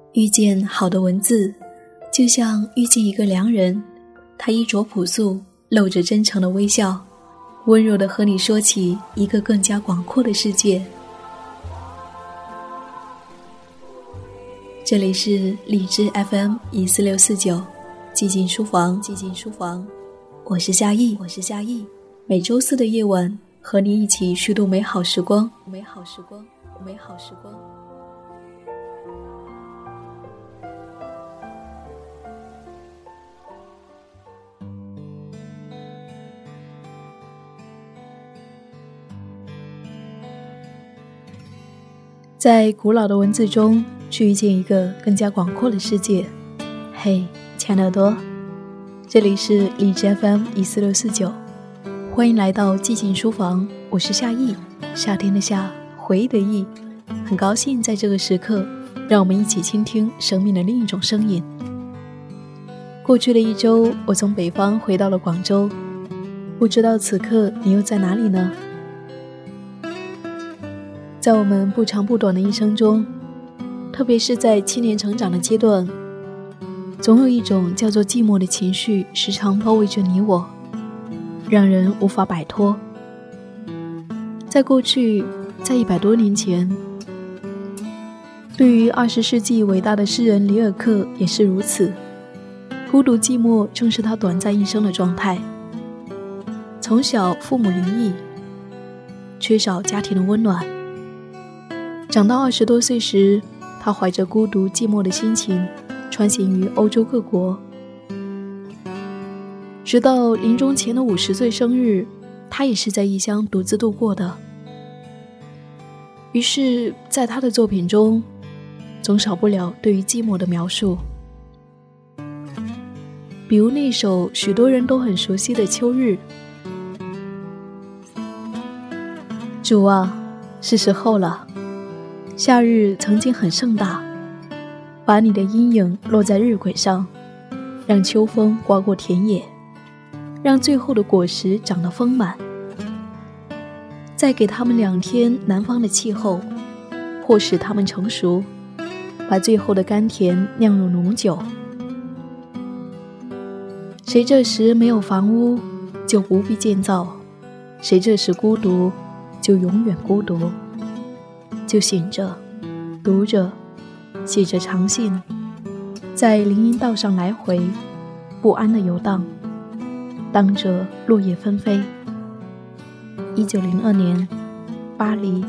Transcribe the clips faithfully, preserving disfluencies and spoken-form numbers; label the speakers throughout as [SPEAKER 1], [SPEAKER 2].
[SPEAKER 1] 遇见好的文字，就像遇见一个良人，他衣着朴素，露着真诚的微笑，温柔地和你说起一个更加广阔的世界。这里是荔枝 F M 一四六四九，寂静书房，寂静书房，我是夏意，我是夏意。每周四的夜晚，和你一起虚度美好时光，美好时光，美好时光。在古老的文字中去遇见一个更加广阔的世界。嘿，亲爱的耳朵，这里是荔枝 F M 一四六四九，欢迎来到寂静书房，我是夏意，夏天的夏，回忆的忆。很高兴在这个时刻，让我们一起倾听生命的另一种声音。过去的一周，我从北方回到了广州，不知道此刻你又在哪里呢？在我们不长不短的一生中，特别是在青年成长的阶段，总有一种叫做寂寞的情绪时常包围着你我，让人无法摆脱。在过去，在一百多年前，对于二十世纪伟大的诗人里尔克也是如此，孤独寂寞正是他短暂一生的状态。从小父母离异，缺少家庭的温暖，长到二十多岁时，他怀着孤独寂寞的心情穿行于欧洲各国，直到临终前的五十岁生日，他也是在异乡独自度过的。于是在他的作品中总少不了对于寂寞的描述，比如那首许多人都很熟悉的《秋日》。主啊，是时候了，夏日曾经很盛大，把你的阴影落在日晷上，让秋风刮过田野，让最后的果实长得丰满。再给他们两天南方的气候，或使他们成熟，把最后的甘甜酿入浓酒。谁这时没有房屋，就不必建造；谁这时孤独，就永远孤独。就醒着，读着，写着长信，在林荫道上来回不安地游荡，当着落叶纷飞。一九零二年，巴黎。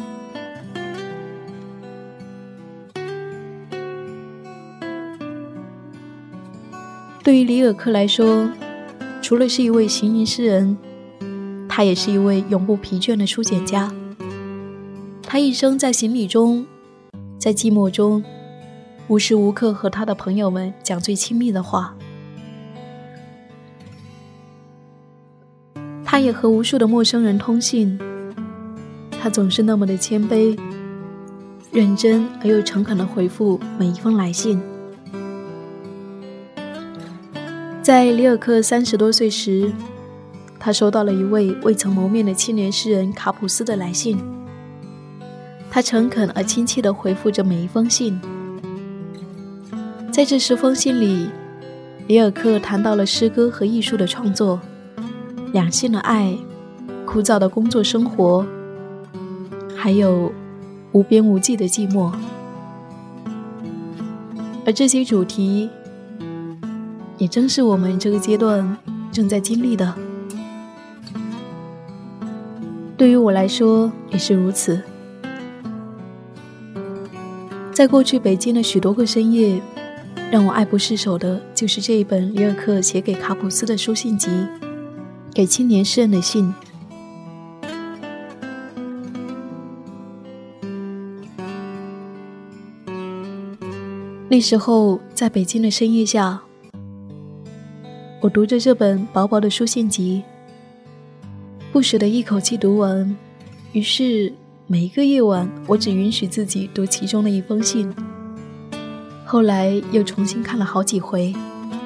[SPEAKER 1] 对于里尔克来说，除了是一位行吟诗人，他也是一位永不疲倦的书简家。他一生在行李中，在寂寞中，无时无刻和他的朋友们讲最亲密的话。他也和无数的陌生人通信，他总是那么的谦卑、认真而又诚恳地回复每一封来信。在里尔克三十多岁时，他收到了一位未曾谋面的青年诗人卡普斯的来信。他诚恳而亲切地回复着每一封信。在这十封信里，里尔克谈到了诗歌和艺术的创作，两性的爱，枯燥的工作生活，还有无边无际的寂寞。而这些主题也正是我们这个阶段正在经历的。对于我来说也是如此。在过去北京的许多个深夜，让我爱不释手的就是这一本里尔克写给卡普斯的书信集，给青年诗人的信。那时候在北京的深夜下，我读着这本薄薄的书信集，不舍得一口气读完，于是每一个夜晚我只允许自己读其中的一封信，后来又重新看了好几回。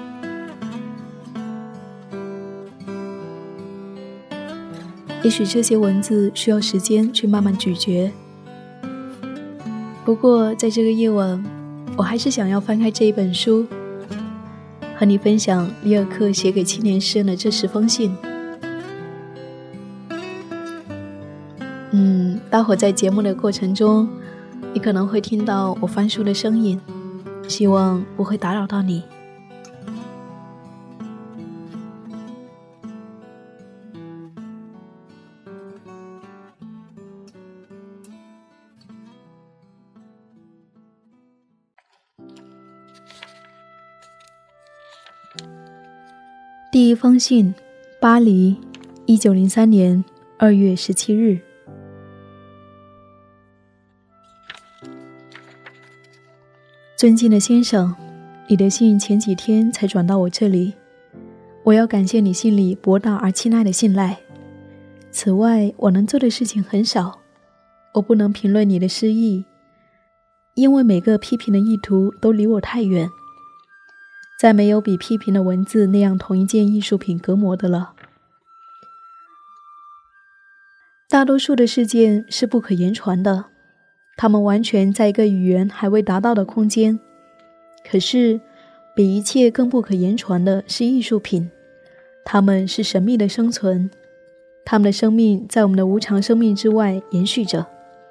[SPEAKER 1] 也许这些文字需要时间去慢慢咀嚼，不过在这个夜晚， 我还是想要翻开这一本书，和你分享里尔克写给青年诗人的这十封信。嗯，待会儿在节目的过程中，你可能会听到我翻书的声音，希望不会打扰到你。第一封信，巴黎，一九零三年二月十七日。尊敬的先生，你的信前几天才转到我这里，我要感谢你信里博大而亲爱的信赖。此外，我能做的事情很少，我不能评论你的诗意，因为每个批评的意图都离我太远。再没有比批评的文字那样同一件艺术品隔膜的了。大多数的事件是不可言传的，它们完全在一个语言还未达到的空间。可是，比一切更不可言传的是艺术品，它们是神秘的生存，它们的生命在我们的无常生命之外延续着。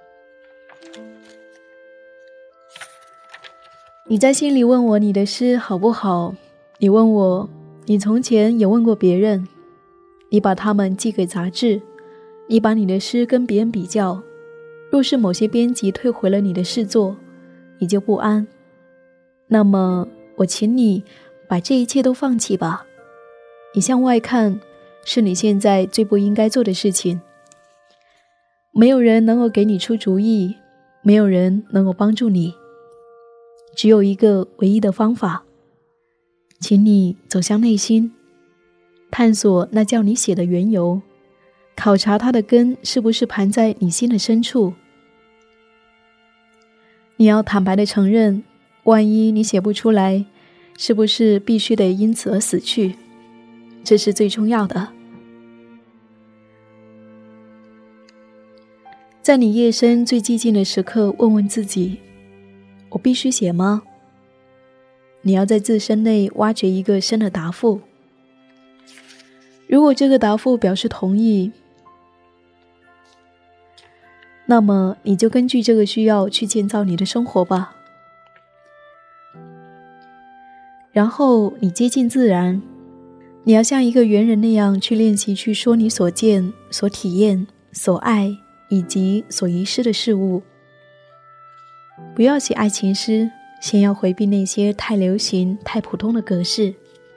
[SPEAKER 1] 你在信里问我你的诗好不好，你问我你从前也问过别人，你把它们寄给杂志，你把你的诗跟别人比较，若是某些编辑退回了你的诗作，你就不安。那么我请你把这一切都放弃吧，你向外看是你现在最不应该做的事情。没有人能够给你出主意，没有人能够帮助你，只有一个唯一的方法，请你走向内心，探索那叫你写的缘由，考察它的根是不是盘在你心的深处。你要坦白地承认，万一你写不出来，是不是必须得因此而死去？这是最重要的。在你夜深最寂静的时刻，问问自己，我必须写吗？你要在自身内挖掘一个深的答复。如果这个答复表示同意，那么你就根据这个需要去建造你的生活吧。然后你接近自然，你要像一个猿人那样去练习去说你所见、所体验、所爱以及所遗失的事物。不要写爱情诗，先要回避那些太流行、太普通的格式。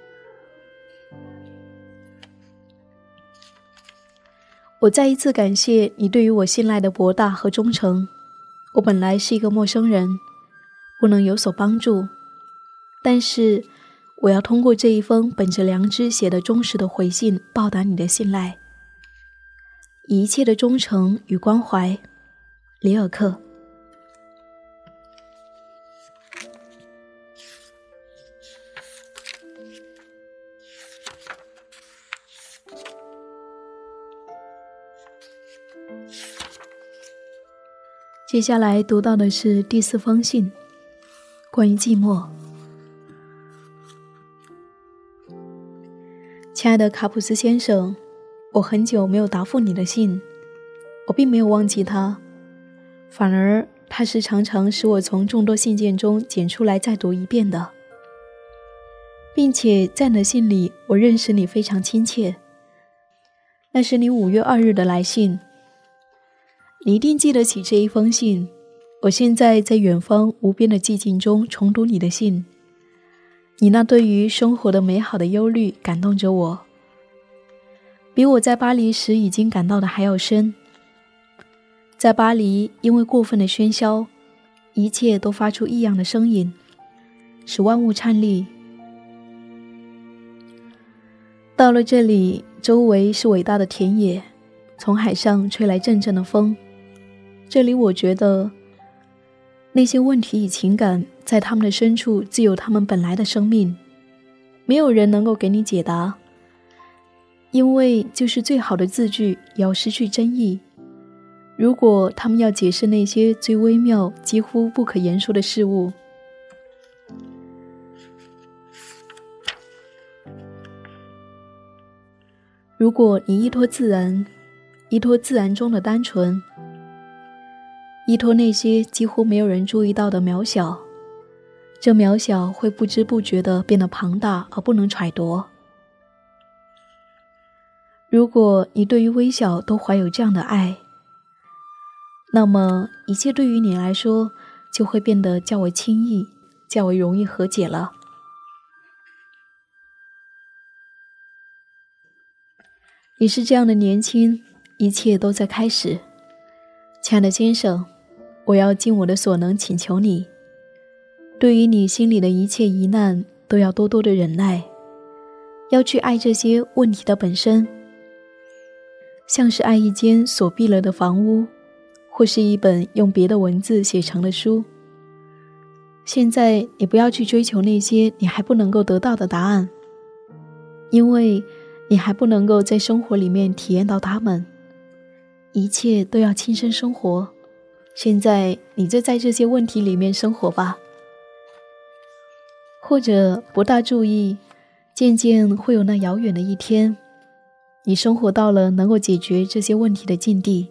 [SPEAKER 1] 我再一次感谢你对于我信赖的博大和忠诚。我本来是一个陌生人，不能有所帮助，但是我要通过这一封本着良知写的忠实的回信报答你的信赖。以一切的忠诚与关怀，里尔克。接下来读到的是第四封信，关于寂寞。亲爱的卡普斯先生，我很久没有答复你的信，我并没有忘记它，反而它是常常使我从众多信件中捡出来再读一遍的，并且在你的信里我认识你非常亲切。那是你五月二日的来信，你一定记得起这一封信。我现在在远方无边的寂静中重读你的信，你那对于生活的美好的忧虑感动着我，比我在巴黎时已经感到的还要深。在巴黎，因为过分的喧嚣，一切都发出异样的声音，使万物颤栗。到了这里，周围是伟大的田野，从海上吹来阵阵的风。这里我觉得那些问题与情感在他们的深处自有他们本来的生命，没有人能够给你解答，因为就是最好的字句也要失去真意。如果他们要解释那些最微妙几乎不可言说的事物， 如果你依托自然，依托自然中的单纯，依托那些几乎没有人注意到的渺小，这渺小会不知不觉地变得庞大而不能揣度。如果你对于微小都怀有这样的爱，那么一切对于你来说就会变得较为轻易，较为容易和解了。你是这样的年轻，一切都在开始。亲爱的先生，我要尽我的所能请求你，对于你心里的一切疑难都要多多的忍耐，要去爱这些问题的本身，像是爱一间锁闭了的房屋，或是一本用别的文字写成的书。现在你不要去追求那些你还不能够得到的答案，因为你还不能够在生活里面体验到它们，一切都要亲身生活。现在你就在这些问题里面生活吧，或者不大注意，渐渐会有那遥远的一天，你生活到了能够解决这些问题的境地。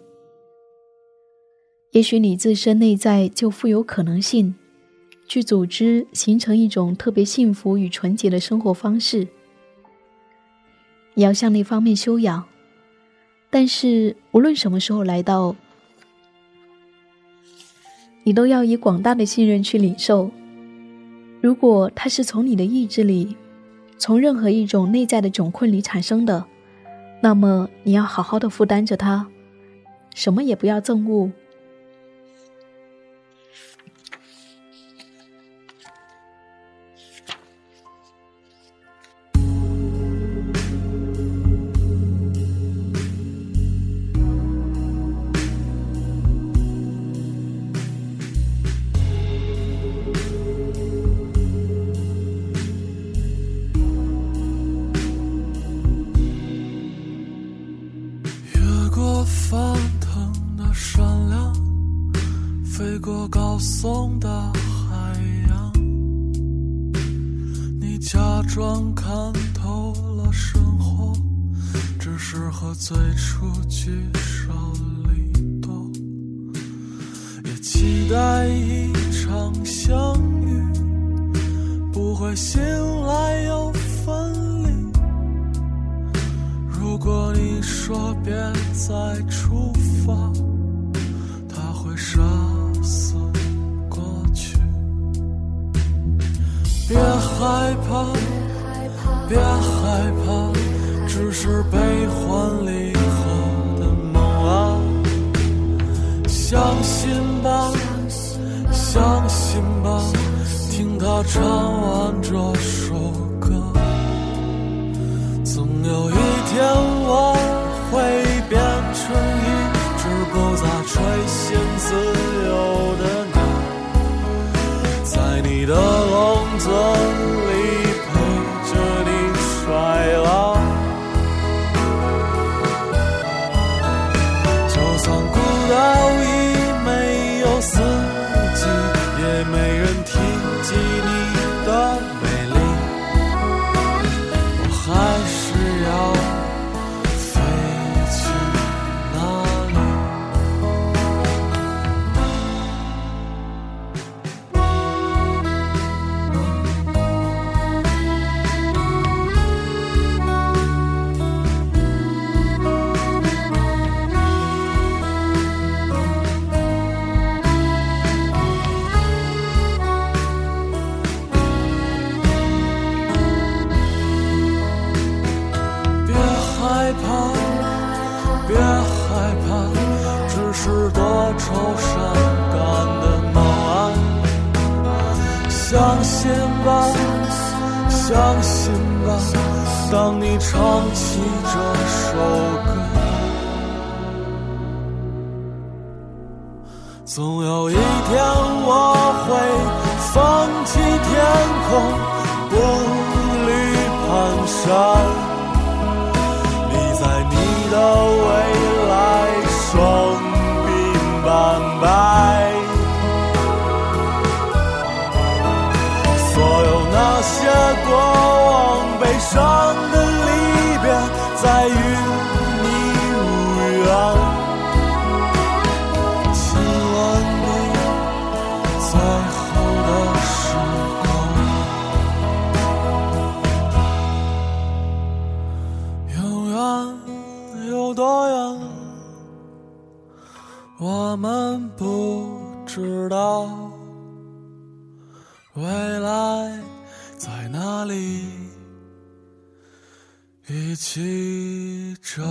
[SPEAKER 1] 也许你自身内在就富有可能性，去组织形成一种特别幸福与纯洁的生活方式。你要向那方面修养，但是无论什么时候来到，你都要以广大的信任去领受。如果它是从你的意志里，从任何一种内在的窘困里产生的，那么你要好好的负担着它，什么也不要憎恶。
[SPEAKER 2] 翻腾的山梁，飞过高耸的海洋，你假装看透了生活，只是和最初聚少离多，也期待一场相遇，不会醒来又分离。如果你说别再出发，它会杀死过去。别害怕，别害怕，只是悲欢离合的梦啊！相信吧，相信吧，听他唱完这首歌，总有一天我会变成一只不再垂涎自由的鸟，在你的笼子里陪着你衰老。就算孤岛已没有四季，也没人提及你的美丽，我还是要别害怕，只是多愁善感的梦啊！相信吧，相信吧，当你唱起这首歌，总有一天我会放弃天空，步履蹒跚，在你的未来双鬓斑白，所有那些过往悲伤的离别，在雨们不知道未来在哪里，一起找。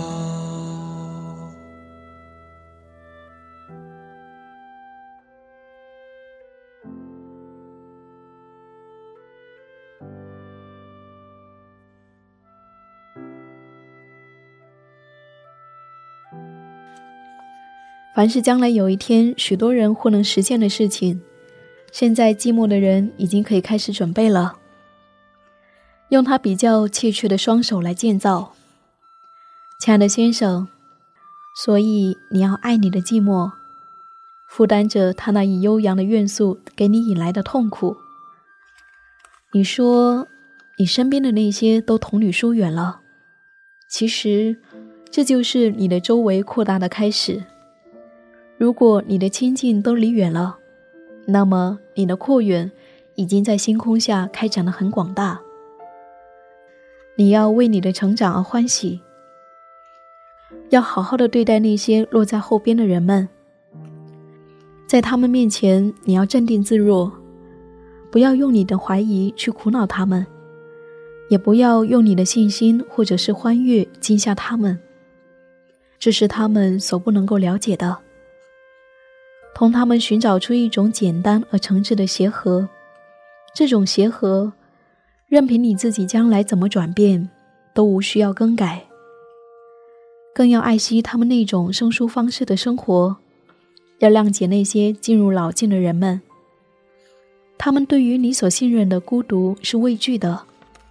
[SPEAKER 1] 凡是将来有一天许多人或能实现的事情，现在寂寞的人已经可以开始准备了，用他比较怯怯的双手来建造。亲爱的先生，所以你要爱你的寂寞，负担着他那以悠扬的怨诉给你引来的痛苦。你说你身边的那些都同你疏远了，其实这就是你的周围扩大的开始。如果你的亲近都离远了，那么你的扩远已经在星空下开展得很广大。你要为你的成长而欢喜，要好好的对待那些落在后边的人们。在他们面前，你要镇定自若，不要用你的怀疑去苦恼他们，也不要用你的信心或者是欢悦惊吓他们，这是他们所不能够了解的。同他们寻找出一种简单而诚挚的协和，这种协和任凭你自己将来怎么转变都无需要更改。更要爱惜他们那种生疏方式的生活，要谅解那些进入老境的人们，他们对于你所信任的孤独是畏惧的。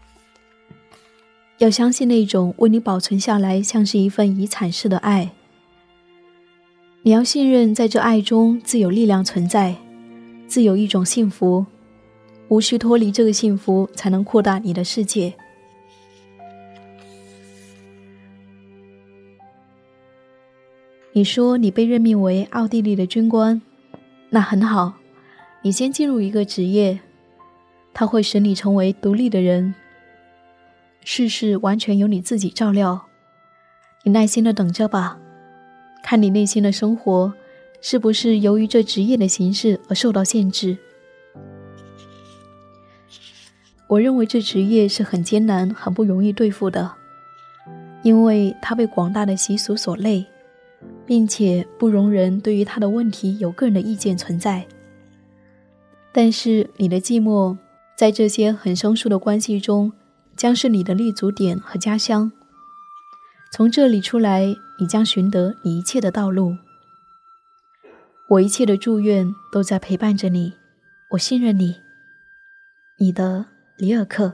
[SPEAKER 1] 要相信那种为你保存下来像是一份遗产式的爱，你要信任在这爱中自有力量存在，自有一种幸福，无需脱离这个幸福才能扩大你的世界。你说你被任命为奥地利的军官，那很好，你先进入一个职业，它会使你成为独立的人，事事完全由你自己照料。你耐心地等着吧，看你内心的生活是不是由于这职业的形式而受到限制。我认为这职业是很艰难很不容易对付的，因为它被广大的习俗所累，并且不容人对于他的问题有个人的意见存在。但是你的寂寞在这些很生疏的关系中将是你的立足点和家乡，从这里出来，你将寻得你一切的道路。我一切的祝愿都在陪伴着你，我信任你。你的里尔克。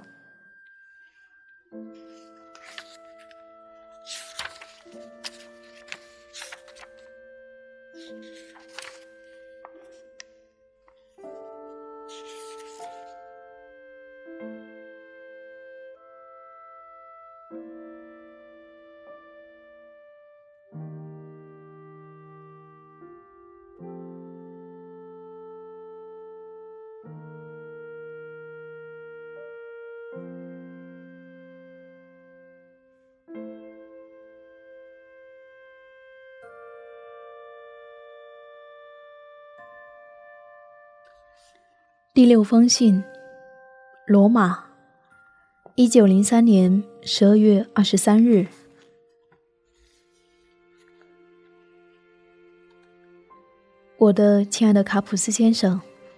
[SPEAKER 1] 第六封信，罗马，一九零三年十二月二十三日。我的亲爱的卡普斯先生，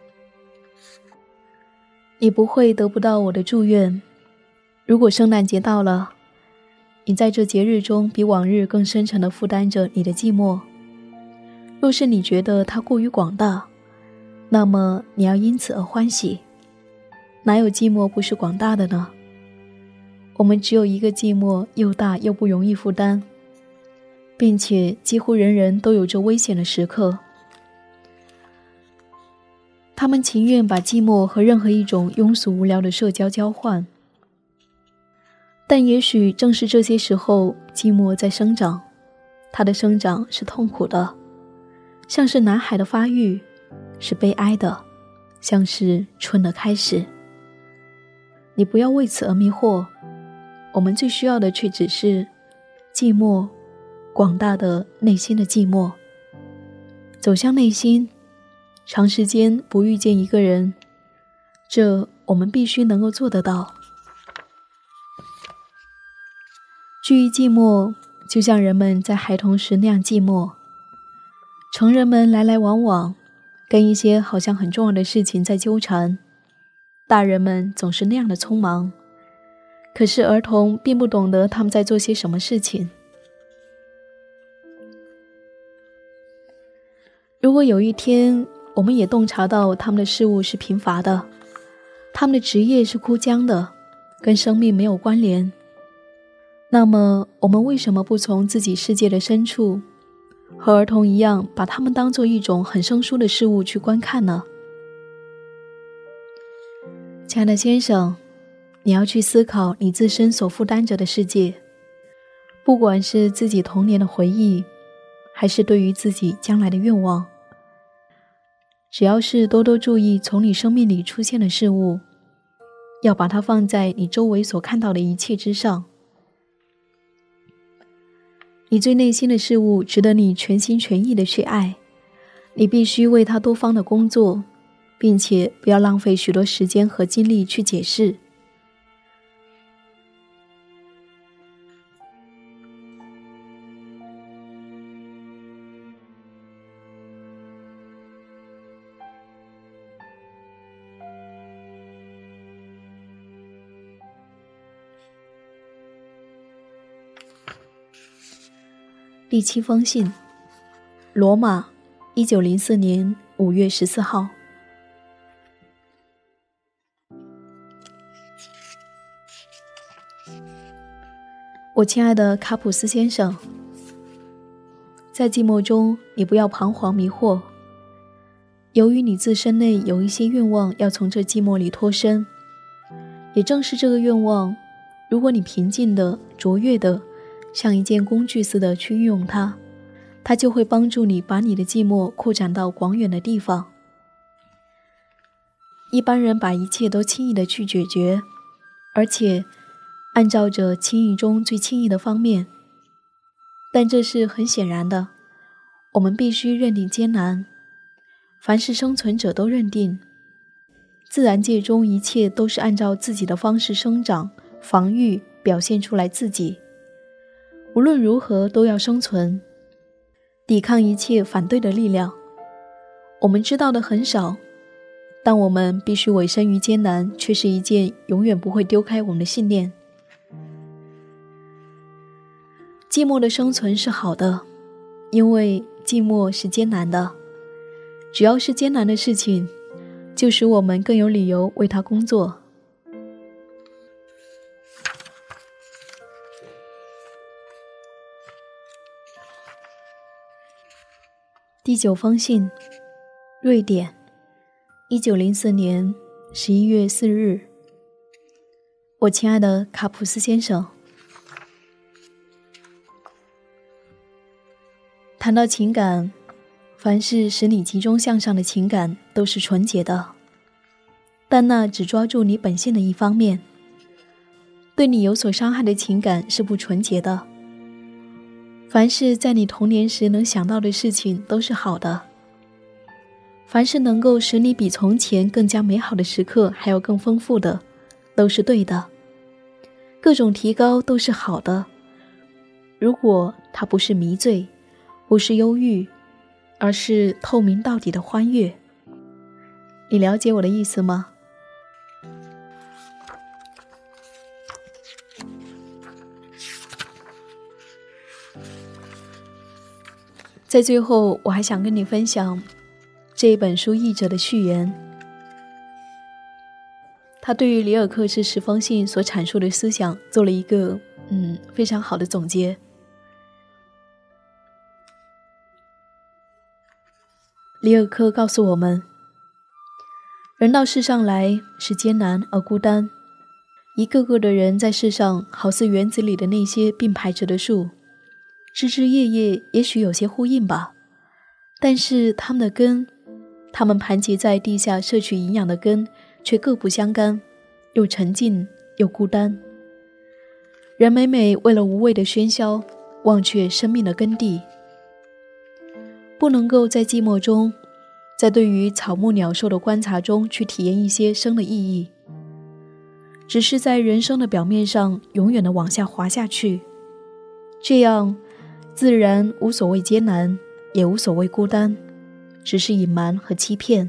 [SPEAKER 1] 你不会得不到我的祝愿。如果圣诞节到了，你在这节日中比往日更深沉地负担着你的寂寞。若是你觉得它过于广大，那么你要因此而欢喜。哪有寂寞不是广大的呢？我们只有一个寂寞，又大又不容易负担，并且几乎人人都有这危险的时刻。他们情愿把寂寞和任何一种庸俗无聊的社交交换，但也许正是这些时候，寂寞在生长，它的生长是痛苦的，像是男孩的发育，是悲哀的，像是春的开始。你不要为此而迷惑，我们最需要的却只是寂寞，广大的内心的寂寞。 走向内心，长时间不遇见一个人，这我们必须能够做得到。至于寂寞，就像人们在孩童时那样寂寞，成人们来来往往，跟一些好像很重要的事情在纠缠，大人们总是那样的匆忙，可是儿童并不懂得他们在做些什么事情。如果有一天我们也洞察到他们的事物是贫乏的，他们的职业是枯僵的，跟生命没有关联，那么我们为什么不从自己世界的深处，和儿童一样，把他们当作一种很生疏的事物去观看呢？亲爱的先生，你要去思考你自身所负担着的世界，不管是自己童年的回忆，还是对于自己将来的愿望，只要是多多注意从你生命里出现的事物，要把它放在你周围所看到的一切之上。你最内心的事物值得你全心全意的去爱，你必须为它多方的工作，并且不要浪费许多时间和精力去解释。第七封信，罗马，一九零四年五月十四号。我亲爱的卡普斯先生，在寂寞中，你不要彷徨迷惑。由于你自身内有一些愿望要从这寂寞里脱身，也正是这个愿望，如果你平静的、卓越的，像一件工具似的去运用它，它就会帮助你把你的寂寞扩展到广远的地方。一般人把一切都轻易地去解决，而且按照着轻易中最轻易的方面，但这是很显然的，我们必须认定艰难。凡是生存者都认定，自然界中一切都是按照自己的方式生长、防御、表现出来自己。无论如何都要生存，抵抗一切反对的力量。我们知道的很少，但我们必须委身于艰难，却是一件永远不会丢开我们的信念。寂寞的生存是好的，因为寂寞是艰难的。只要是艰难的事情，就使我们更有理由为它工作。第九封信，瑞典，一九零四年十一月四日。我亲爱的卡普斯先生，谈到情感，凡是使你集中向上的情感都是纯洁的，但那只抓住你本性的一方面。对你有所伤害的情感是不纯洁的。凡是在你童年时能想到的事情都是好的，凡是能够使你比从前更加美好的时刻还要更丰富的，都是对的。各种提高都是好的，如果它不是迷醉，不是忧郁，而是透明到底的欢悦。你了解我的意思吗？在最后，我还想跟你分享这一本书译者的序言。他对于里尔克是十封信所阐述的思想做了一个嗯非常好的总结。里尔克告诉我们，人到世上来是艰难而孤单，一个个的人在世上好似园子里的那些并排着的树，枝枝叶叶也许有些呼应吧，但是它们的根，它们盘结在地下摄取营养的根却各不相干，又沉静又孤单。人每每为了无谓的喧嚣忘却生命的根蒂。不不能够在寂寞中，在对于草木鸟兽的观察中去体验一些生的意义，只是在人生的表面上永远的往下滑下去，这样自然无所谓艰难，也无所谓孤单，只是隐瞒和欺骗。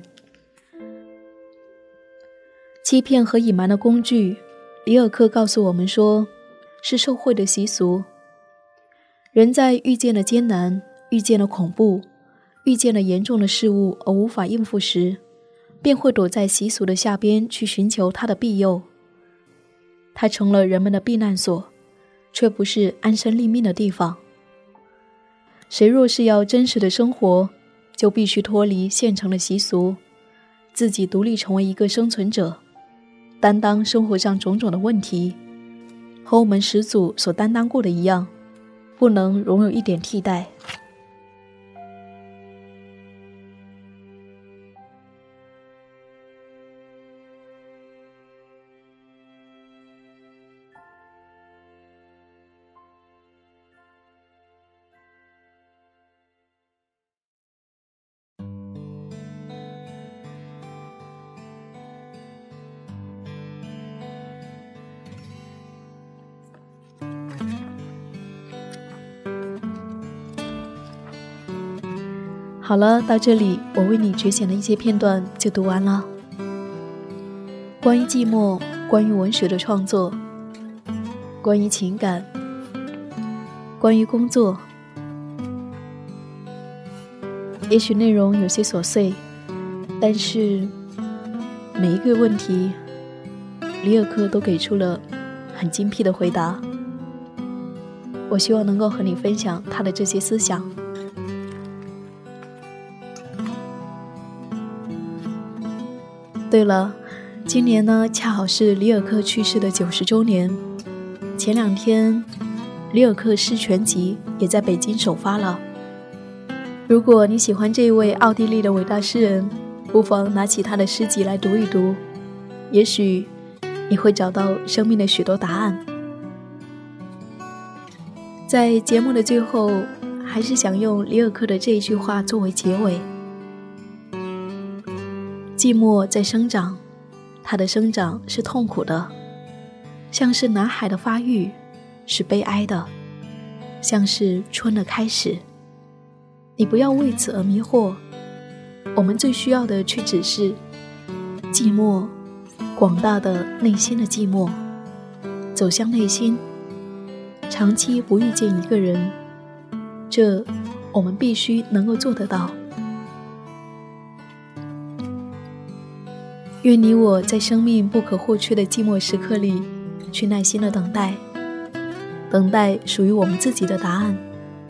[SPEAKER 1] 欺骗和隐瞒的工具，里尔克告诉我们说，是受贿的习俗。人在遇见了艰难，遇见了恐怖，遇见了严重的事物而无法应付时，便会躲在习俗的下边去寻求它的庇佑。它成了人们的避难所，却不是安身立命的地方。谁若是要真实的生活，就必须脱离现成的习俗，自己独立成为一个生存者，担当生活上种种的问题，和我们始祖所担当过的一样，不能容有一点替代。好了，到这里我为你节选的一些片段就读完了。关于寂寞，关于文学的创作，关于情感，关于工作，也许内容有些琐碎，但是每一个问题里尔克都给出了很精辟的回答。我希望能够和你分享他的这些思想。对了，今年呢恰好是里尔克去世的九十周年。前两天里尔克诗全集也在北京首发了。如果你喜欢这位奥地利的伟大诗人，不妨拿起他的诗集来读一读，也许你会找到生命的许多答案。在节目的最后，还是想用里尔克的这一句话作为结尾。寂寞在生长，它的生长是痛苦的，像是男孩的发育，是悲哀的，像是春的开始。你不要为此而迷惑，我们最需要的却只是寂寞，广大的内心的寂寞。走向内心，长期不遇见一个人，这我们必须能够做得到。愿你我在生命不可或缺的寂寞时刻里，去耐心的等待，等待属于我们自己的答案。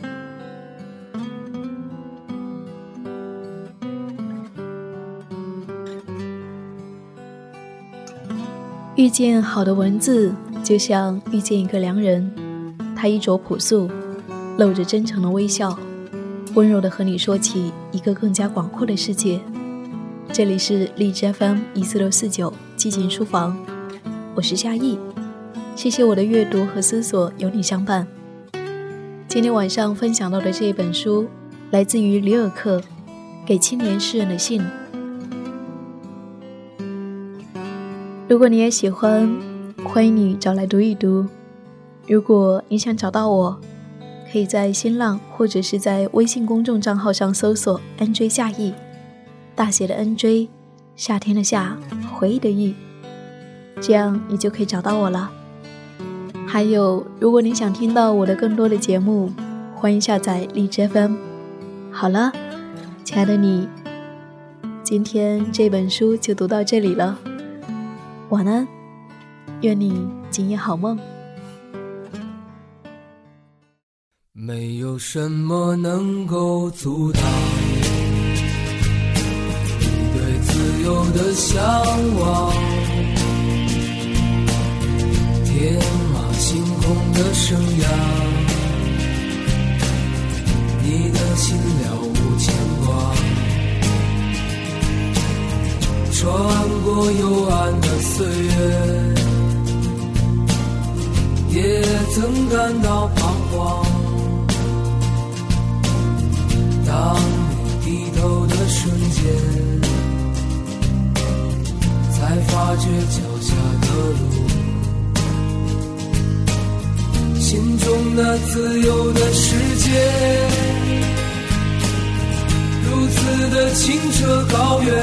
[SPEAKER 1] 遇见好的文字，就像遇见一个良人，他衣着朴素，露着真诚的微笑，温柔地和你说起一个更加广阔的世界。这里是荔枝 F M 一四六四九寂静书房，我是夏意，谢谢我的阅读和思索有你相伴。今天晚上分享到的这一本书，来自于里尔克给青年诗人的信。如果你也喜欢，欢迎你找来读一读。如果你想找到我，可以在新浪或者是在微信公众账号上搜索 N J 夏意，大写的 N J， 夏天的夏，回忆的忆，这样你就可以找到我了。还有，如果你想听到我的更多的节目，欢迎下载荔枝 F M。 好了，亲爱的你，今天这本书就读到这里了，晚安，愿你今夜好梦。
[SPEAKER 2] 没有什么能够阻挡你对自由的向往，天马行空的生涯，你的心了无牵挂，穿过幽暗的岁月，也曾感到彷徨。当你头的瞬间，才发觉脚下的路，心中那自由的世界，如此的清澈高远，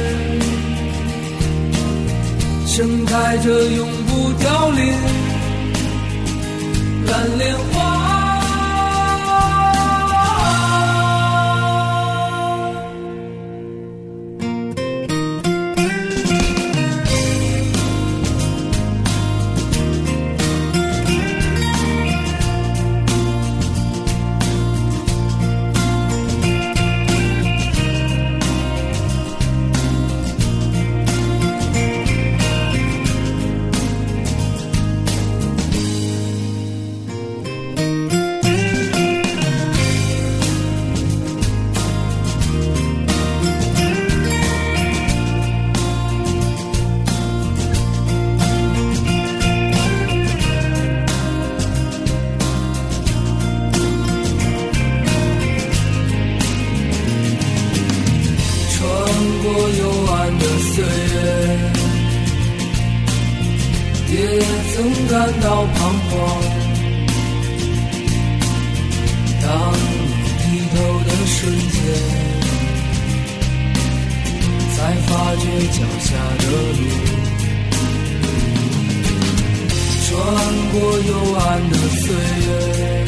[SPEAKER 2] 盛开着永不凋零蓝莲花。也曾感到彷徨，当你低头的瞬间，才发觉脚下的路，穿过幽暗的岁月，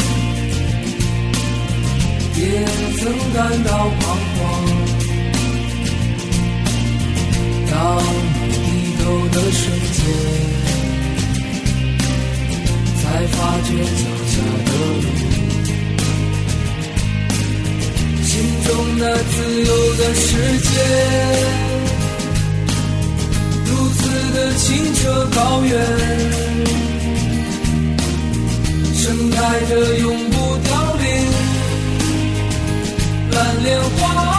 [SPEAKER 2] 也曾感到彷徨，当你低头的瞬间，才发觉脚下的路，心中那自由的世界，如此的清澈高远，盛开着永不凋零蓝莲花。